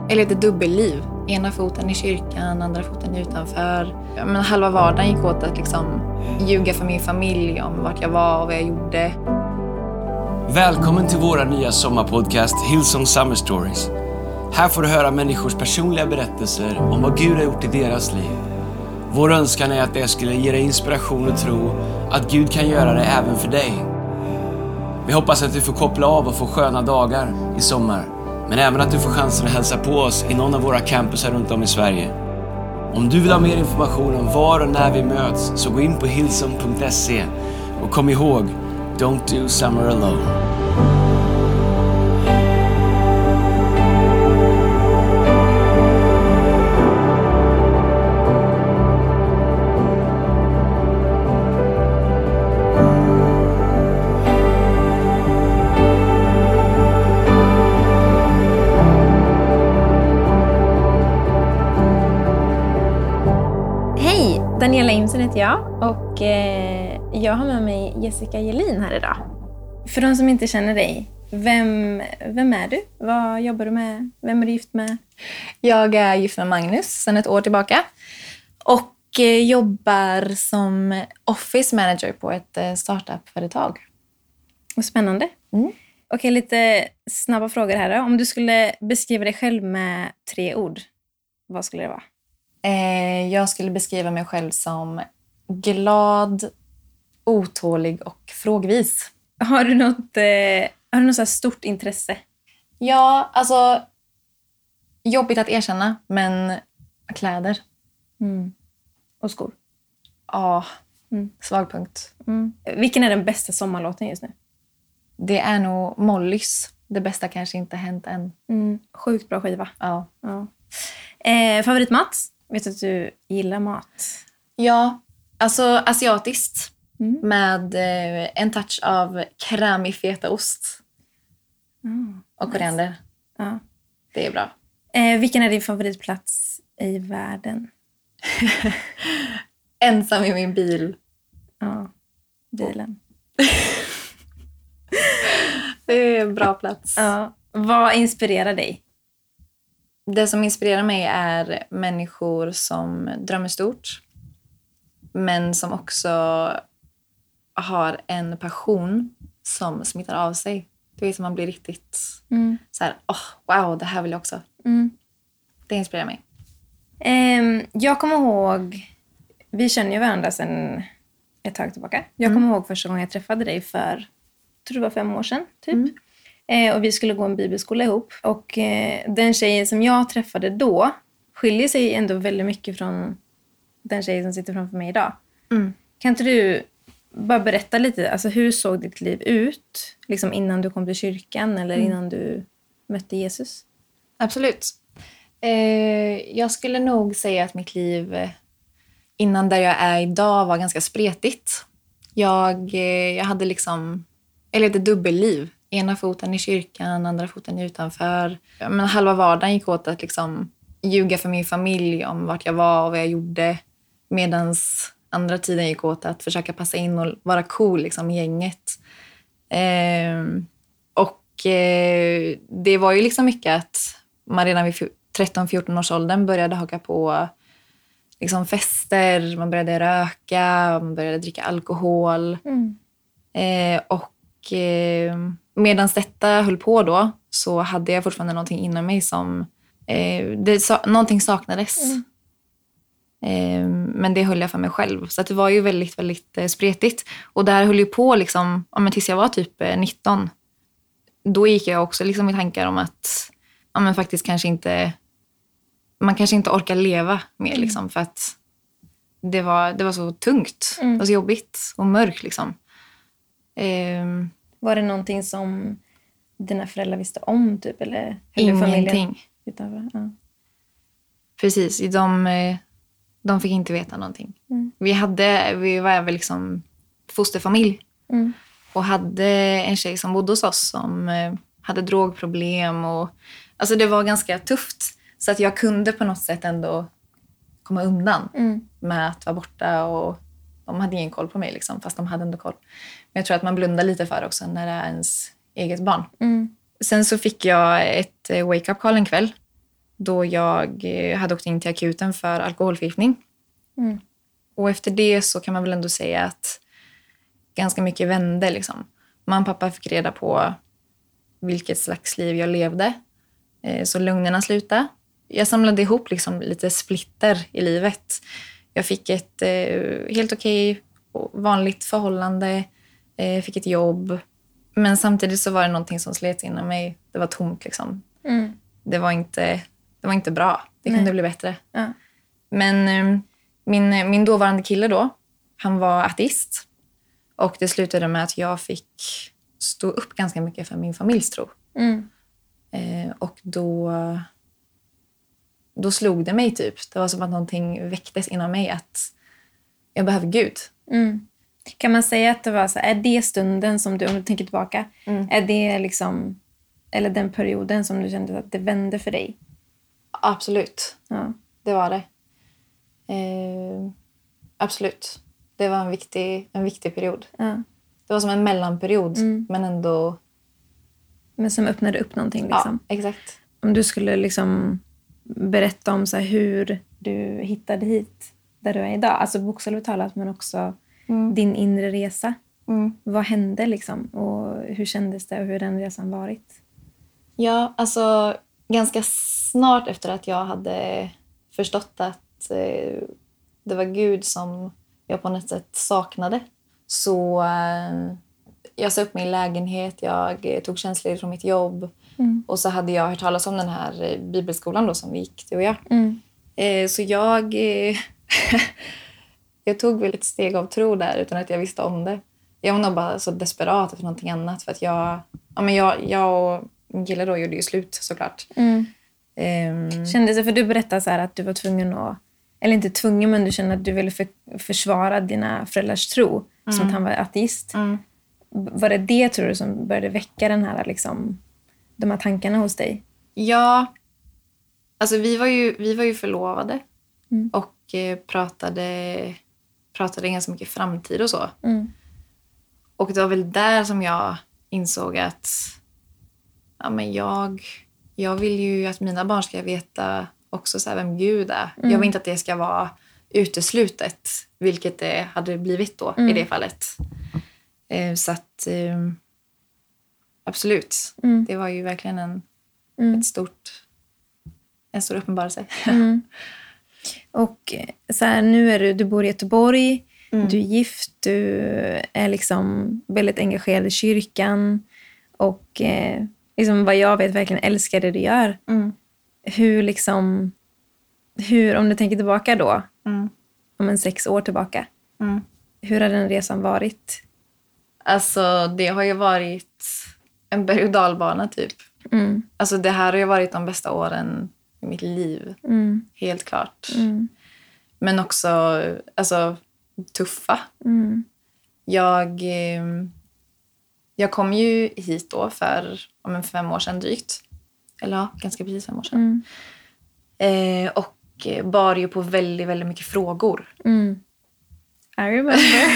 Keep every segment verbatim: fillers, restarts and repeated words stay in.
Jag levde dubbelliv. Ena foten i kyrkan, andra foten utanför. Men halva vardagen gick åt att liksom ljuga för min familj om vart jag var och vad jag gjorde. Välkommen till våra nya sommarpodcast Hillsong Summer Stories. Här får du höra människors personliga berättelser om vad Gud har gjort i deras liv. Vår önskan är att det skulle ge dig inspiration och tro att Gud kan göra det även för dig. Vi hoppas att du får koppla av och få sköna dagar i sommar. Men även att du får chansen att hälsa på oss i någon av våra campusar runt om i Sverige. Om du vill ha mer information om var och när vi möts så gå in på hillsong punkt se. Och kom ihåg, don't do summer alone. Daniela Imsen heter jag och eh, jag har med mig Jessica Jelin här idag. För de som inte känner dig, vem, vem är du? Vad jobbar du med? Vem är du gift med? Jag är gift med Magnus sedan ett år tillbaka och eh, jobbar som office manager på ett eh, startup-företag. Vad spännande. Mm. Okej, lite snabba frågor här då. Om du skulle beskriva dig själv med tre ord, vad skulle det vara? Jag skulle beskriva mig själv som glad, otålig och frågvis. Har du något, eh, har du något så här stort intresse? Ja, alltså jobbigt att erkänna, men kläder. Mm. Och skor? Ja, mm. Svagpunkt. Mm. Vilken är den bästa sommarlåten just nu? Det är nog Mollys. Det bästa kanske inte hänt än. Mm. Sjukt bra skiva. Ja. ja. Eh, favoritmat? Vet du att du gillar mat? Ja, alltså asiatiskt. Mm. Med eh, en touch av krämig fetaost. Mm. Och koriander. Nice. Ja. Det är bra. Eh, vilken är din favoritplats i världen? Ensam i min bil. Ja, bilen. Det är en bra plats. Ja. Vad inspirerar dig? Det som inspirerar mig är människor som drömmer stort. Men som också har en passion som smittar av sig. Du vet, man blir riktigt mm. så här, oh, wow, det här vill jag också. Mm. Det inspirerar mig. Um, jag kommer ihåg, vi känner ju varandra sedan ett tag tillbaka. Jag kommer mm. ihåg första gången jag träffade dig för, tror det var fem år sedan, typ. Mm. Eh, och vi skulle gå en bibelskola ihop. Och eh, den tjejen som jag träffade då skiljer sig ändå väldigt mycket från den tjejen som sitter framför mig idag. Mm. Kan inte du bara berätta lite, alltså hur såg ditt liv ut? Liksom innan du kom till kyrkan eller mm. innan du mötte Jesus? Absolut. Eh, jag skulle nog säga att mitt liv innan där jag är idag var ganska spretigt. Jag, eh, jag hade liksom, jag levde dubbelliv. Ena foten i kyrkan, andra foten utanför. Men halva vardagen gick åt att liksom ljuga för min familj om vart jag var och vad jag gjorde. Medan andra tiden gick åt att försöka passa in och vara cool liksom, i gänget. Eh, och eh, det var ju liksom mycket att man redan vid tretton fjorton års åldern började haka på liksom fester. Man började röka, man började dricka alkohol. Mm. Eh, och eh, medan detta höll på då så hade jag fortfarande någonting inom mig som eh, det, så, någonting saknades. Mm. Eh, men det höll jag för mig själv. Så att det var ju väldigt, väldigt eh, spretigt. Och där höll ju på liksom, ja, men tills jag var typ eh, nitton. Då gick jag också liksom i tankar om att ja, men faktiskt kanske inte man kanske inte orkar leva mer mm. liksom, för att det var, det var så tungt. Mm. Det var så jobbigt och mörkt liksom. Eh, Var det någonting som dina föräldrar visste om typ? Eller ingenting. Utanför? Ja. Precis, de, de fick inte veta någonting. Mm. Vi, hade, vi var väl liksom fosterfamilj. Mm. Och hade en tjej som bodde hos oss som hade drogproblem. Och, alltså det var ganska tufft. Så att jag kunde på något sätt ändå komma undan mm. med att vara borta. Och de hade ingen koll på mig liksom, fast de hade ändå koll. Men jag tror att man blundar lite för också när det är ens eget barn. Mm. Sen så fick jag ett wake-up call en kväll. då jag eh, hade åkt in till akuten för alkoholförgiftning. Mm. Och efter det så kan man väl ändå säga att ganska mycket vände. Liksom. Mamma och pappa fick reda på vilket slags liv jag levde. Eh, så lögnerna slutade. Jag samlade ihop liksom lite splitter i livet. Jag fick ett eh, helt okej vanligt förhållande. Eh, fick ett jobb. Men samtidigt så var det någonting som slet inom mig. Det var tomt liksom. Mm. Det var inte, det var inte bra. Det kunde Nej. bli bättre. Ja. Men eh, min, min dåvarande kille då, han var ateist. Och det slutade med att jag fick stå upp ganska mycket för min familjs tro. Mm. Eh, och då, då slog det mig typ. Det var som att någonting väcktes inom mig att jag behöver Gud. Mm. Kan man säga att det var så, är det stunden som du, om du tänker tillbaka, Mm. är det liksom, eller den perioden som du kände att det vände för dig? Absolut, Ja. det var det. Eh, absolut. Det var en viktig, en viktig period. Ja. Det var som en mellanperiod, Mm. men ändå... Men som öppnade upp någonting liksom. Ja, exakt. Om du skulle liksom berätta om så här, hur du hittade hit där du är idag. Alltså bokstavligt talat, men också Mm. din inre resa. Mm. Vad hände liksom? Och hur kändes det och hur har den resan varit? Ja, alltså ganska snart efter att jag hade förstått att eh, det var Gud som jag på något sätt saknade. Så eh, jag sa upp min lägenhet, jag eh, tog tjänstledigt från mitt jobb. Mm. Och så hade jag hört talas om den här eh, bibelskolan då som vi gick, du och jag. Mm. Eh, så jag, eh, jag tog väl ett steg av tro där utan att jag visste om det. Jag var nog bara så desperat efter någonting annat. För att jag, ja, men jag, jag och min kille då gjorde ju slut såklart. Mm. Ehm, Kändes det, för du berättade så här att du var tvungen att, eller inte tvungen, men du kände att du ville för, försvara dina föräldrars tro. Som att han var ateist. mm. Var det det, tror du, som började väcka den här, liksom, de här tankarna hos dig? Ja, alltså vi var ju, vi var ju förlovade. Mm. Och eh, pratade, pratade ganska mycket framtid och så. Mm. Och det var väl där som jag insåg att ja, men jag, jag vill ju att mina barn ska veta också så här vem Gud är. Mm. Jag vill inte att det ska vara uteslutet, vilket det hade blivit då Mm. i det fallet. Eh, så att eh, absolut, Mm. det var ju verkligen en, Mm. ett stort, en stor uppenbarelse. Mm. Och så här, nu är du, du bor i Göteborg, Mm. du är gift, du är liksom väldigt engagerad i kyrkan och eh, liksom vad jag vet verkligen älskar det du gör. Mm. Hur liksom, hur, om du tänker tillbaka då, Mm. om en sex år tillbaka, Mm. hur har den resan varit? Alltså det har ju varit en berg- och dalbana typ. Mm. Alltså det här har ju varit de bästa åren i mitt liv. Mm. Helt klart. Mm. Men också alltså, tuffa. Mm. Jag, eh, jag kom ju hit då för om en fem år sedan drygt. Eller ja, ganska precis fem år sedan. Mm. Eh, och bar ju på väldigt, väldigt mycket frågor. Mm. I remember.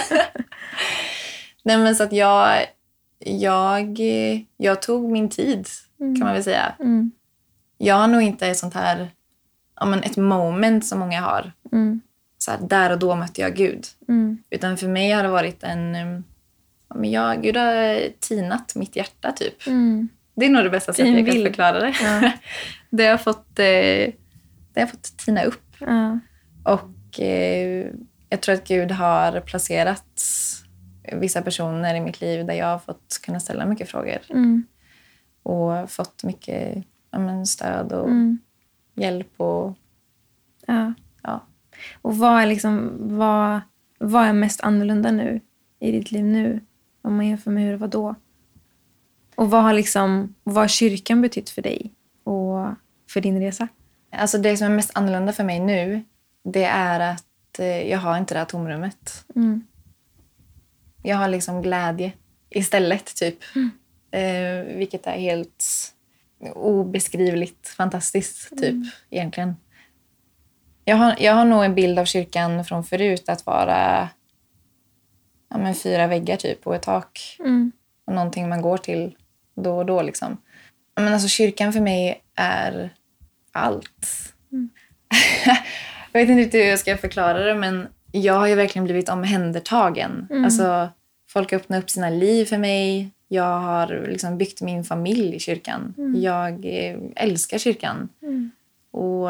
Nej, men så att jag, jag, jag tog min tid, Mm. kan man väl säga. Mm. Jag Jag har nog inte ett sånt här, ja, men ett moment som många har. Mm. Så här, där och då mötte jag Gud. Mm. Utan för mig har det varit en... um, Ja, men jag, Gud har tinat mitt hjärta, typ. Mm. Det är nog det bästa sättet jag kan Tinvild. förklara det. Ja. det, har fått, eh, det har fått tina upp. Ja. Och eh, jag tror att Gud har placerat vissa personer i mitt liv där jag har fått kunna ställa mycket frågor. Mm. Och fått mycket ja, men stöd och Mm. hjälp. Och, Ja. ja. Och vad är, liksom, vad, vad är mest annorlunda nu i ditt liv nu? Om man jämför med hur det var då. Och vad har, liksom, vad har kyrkan betytt för dig och för din resa? Alltså det som är mest annorlunda för mig nu, det är att eh, jag har inte det här tomrummet. Mm. Jag har liksom glädje istället, typ. Eh, vilket är helt obeskrivligt fantastiskt, typ, egentligen. Jag har, jag har nog en bild av kyrkan från förut att vara ja, men fyra väggar, typ, och ett tak. Mm. Och någonting man går till då och då, liksom. Men alltså, kyrkan för mig är allt. Mm. Jag vet inte hur jag ska förklara det, men jag har ju verkligen blivit omhändertagen. Mm. Alltså, folk har öppnat upp sina liv för mig. Jag har liksom byggt min familj i kyrkan. Mm. Jag älskar kyrkan. Mm. Och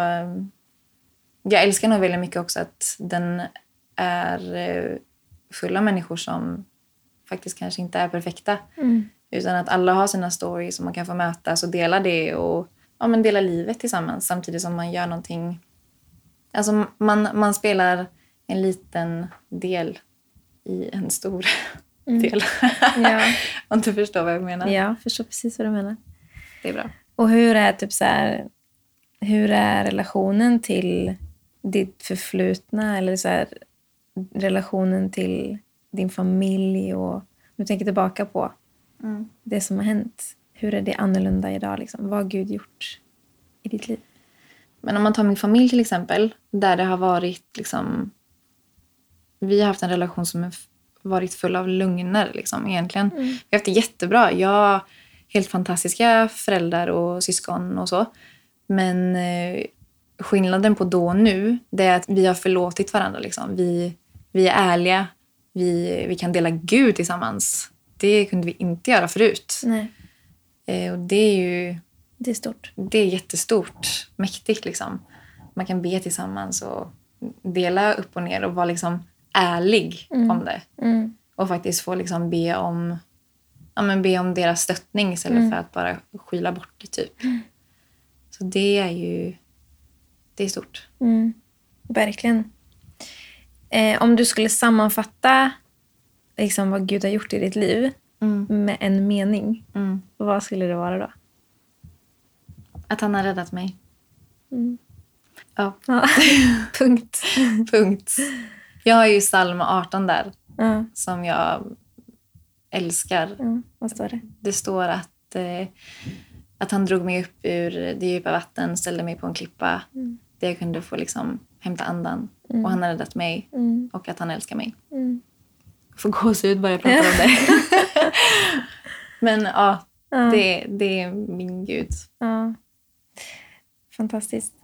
jag älskar nog väldigt mycket också att den är full av människor som faktiskt kanske inte är perfekta. Mm. Utan att alla har sina stories som man kan få mötas och dela det. Och ja, men dela livet tillsammans samtidigt som man gör någonting. Alltså man, man spelar en liten del i en stor mm. del. Ja. Om du förstår vad jag menar. Ja, jag förstår precis vad du menar. Det är bra. Och hur är typ så här, hur är relationen till ditt förflutna eller så här, relationen till din familj och du tänker tillbaka på mm. det som har hänt. Hur är det annorlunda idag liksom? Vad har Gud gjort i ditt liv? Men om man tar min familj till exempel, där det har varit liksom, vi har haft en relation som har varit full av lugner liksom egentligen. Mm. Vi har haft det jättebra. Jag har helt fantastiska föräldrar och syskon och så. Men eh, skillnaden på då och nu, det är att vi har förlåtit varandra liksom. Vi, vi är ärliga. Vi, vi kan dela Gud tillsammans. Det kunde vi inte göra förut. Nej. Eh, och det är ju... Det är stort. Det är jättestort. Mäktigt liksom. Man kan be tillsammans och dela upp och ner och vara liksom ärlig mm. om det. Mm. Och faktiskt få liksom be om, ja, men be om deras stöttning istället mm. för att bara skyla bort det typ. Mm. Så det är ju... Det är stort. Mm. Verkligen. Eh, om du skulle sammanfatta liksom, vad Gud har gjort i ditt liv mm. med en mening. Mm. Vad skulle det vara då? Att han har räddat mig. Mm. Ja. ja. Punkt. Punkt. Jag har ju psalm arton där. Mm. Som jag älskar. Mm. Vad står det? Det står att, eh, att han drog mig upp ur det djupa vatten. Ställde mig på en klippa. Mm. Där jag kunde få liksom hämta andan. Mm. Och han har räddat mig. Mm. Och att han älskar mig. Mm. Jag får gåshud bara jag pratar om det. Men ja, ja. Det, det är min Gud. Ja. Fantastiskt.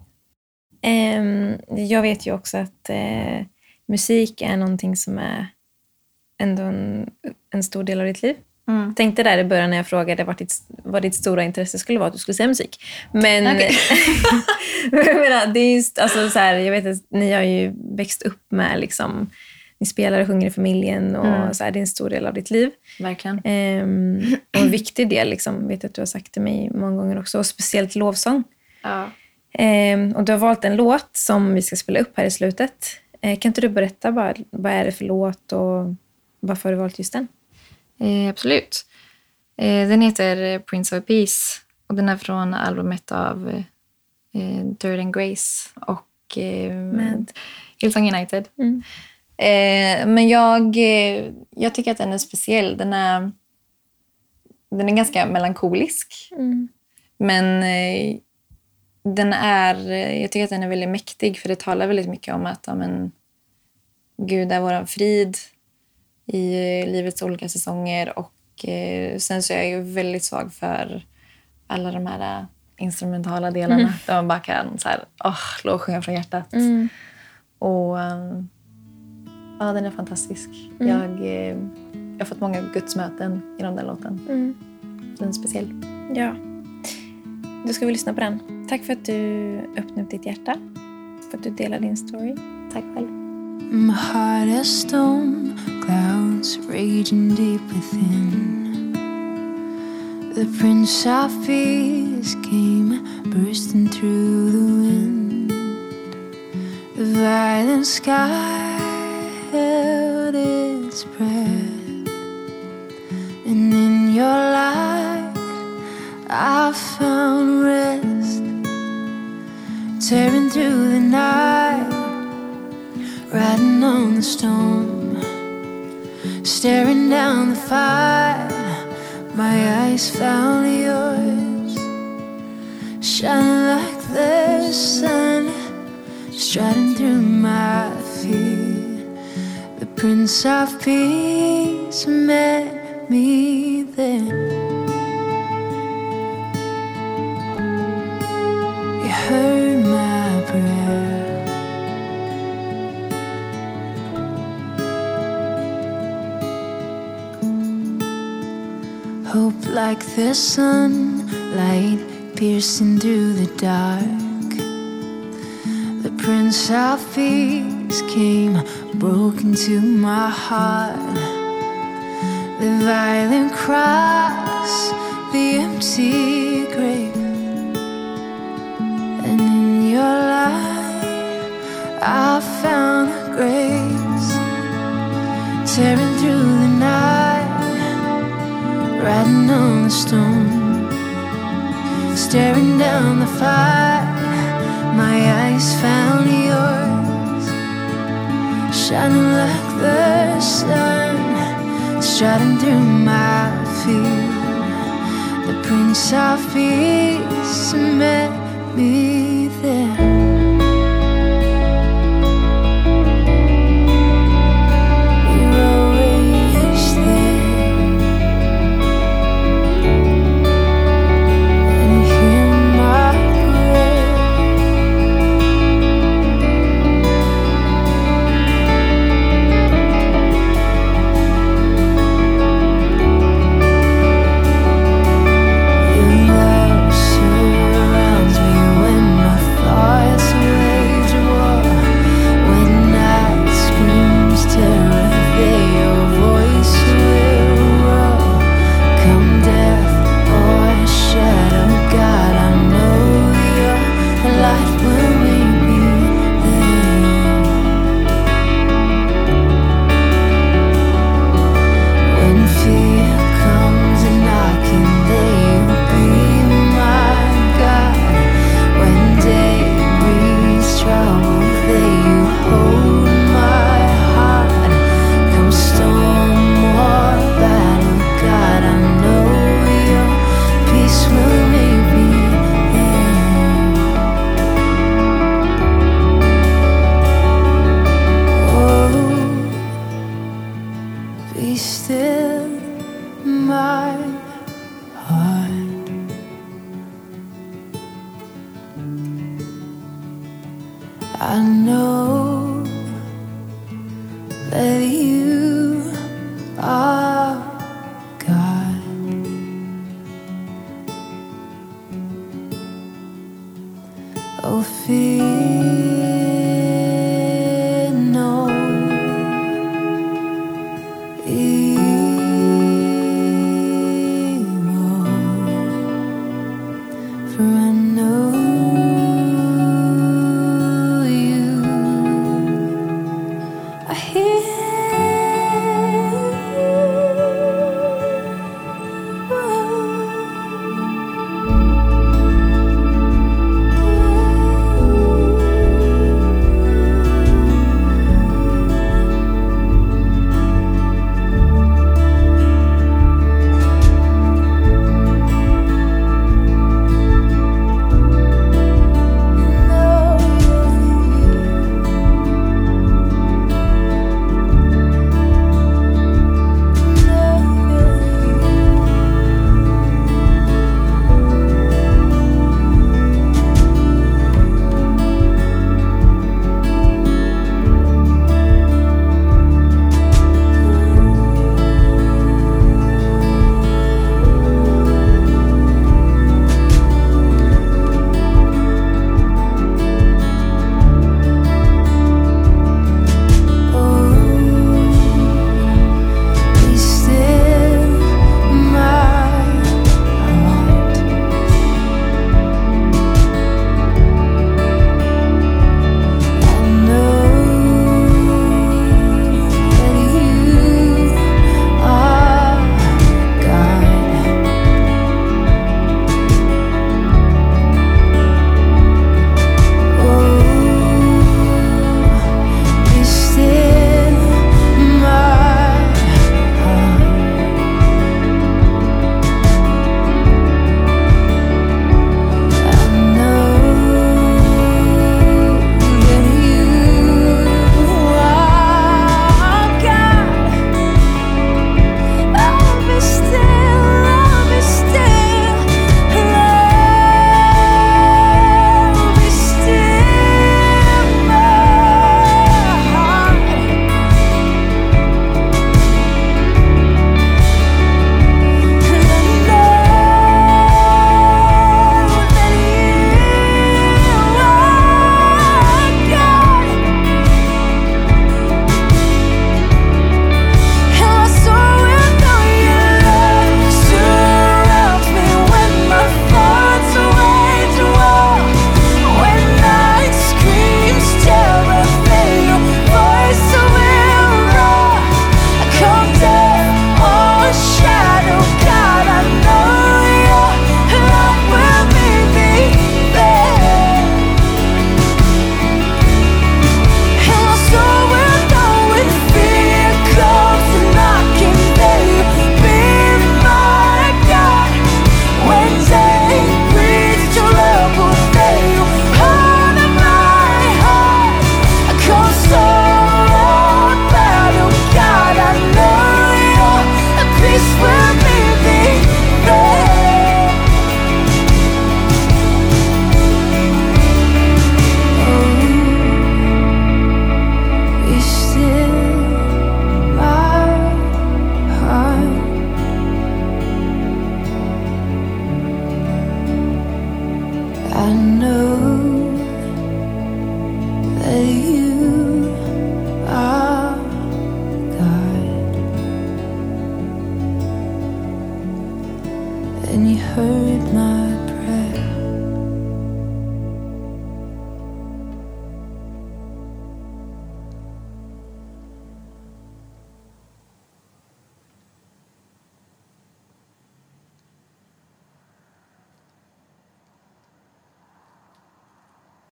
Um, jag vet ju också att uh, musik är någonting som är ändå en, en stor del av ditt liv. Mm. Jag tänkte där i början när jag frågade vad ditt, vad ditt stora intresse skulle vara att du skulle säga musik. Men okay. jag menar, det är just, alltså, så här, jag vet att ni har ju växt upp med liksom, ni spelar och sjunger i familjen och mm. så här, det är en stor del av ditt liv. Verkligen. Um, och en viktig del liksom, vet jag att du har sagt till mig många gånger också, och speciellt lovsång. Ja. Um, och du har valt en låt som vi ska spela upp här i slutet. Uh, kan inte du berätta bara, vad är det för låt och varför har du valt just den? Eh, absolut. Eh, den heter Prince of Peace och den är från albumet av eh, Dirt and Grace och eh, med Hillsong United. Mm. Eh, men jag, eh, jag tycker att den är speciell. Den är, den är ganska melankolisk. Mm. Men eh, den är, jag tycker att den är väldigt mäktig för det talar väldigt mycket om att ja, men, Gud är våran frid i livets olika säsonger och eh, sen så är jag ju väldigt svag för alla de här instrumentala delarna mm. där man bara kan så här, åh, lovsjunga från hjärtat. Mm. Och um, ja, den är fantastisk. Mm. Jag, eh, jag har fått många gudsmöten genom den låten. Mm. Den är speciell. Ja. Då ska vi lyssna på den. Tack för att du öppnade upp ditt hjärta. För att du delar din story. Tack själv. My heart has storm clouds raging deep within. The Prince of Peace came bursting through the wind. The violent sky held its breath, and in your light I found rest. Tearing through the night, riding on the storm, staring down the fire. My eyes found yours, shining like the sun, striding through my fear. The Prince of Peace met me there. You heard prayer. Hope like the sunlight piercing through the dark. The Prince of Peace came, broke into my heart. The violent cross, the empty grave, and in your light I found grace. Tearing through the night, riding on the storm, staring down the fire, my eyes found yours, shining like the sun, striding through my fear. The Prince of Peace met me there. I know that you are God. Oh, fear.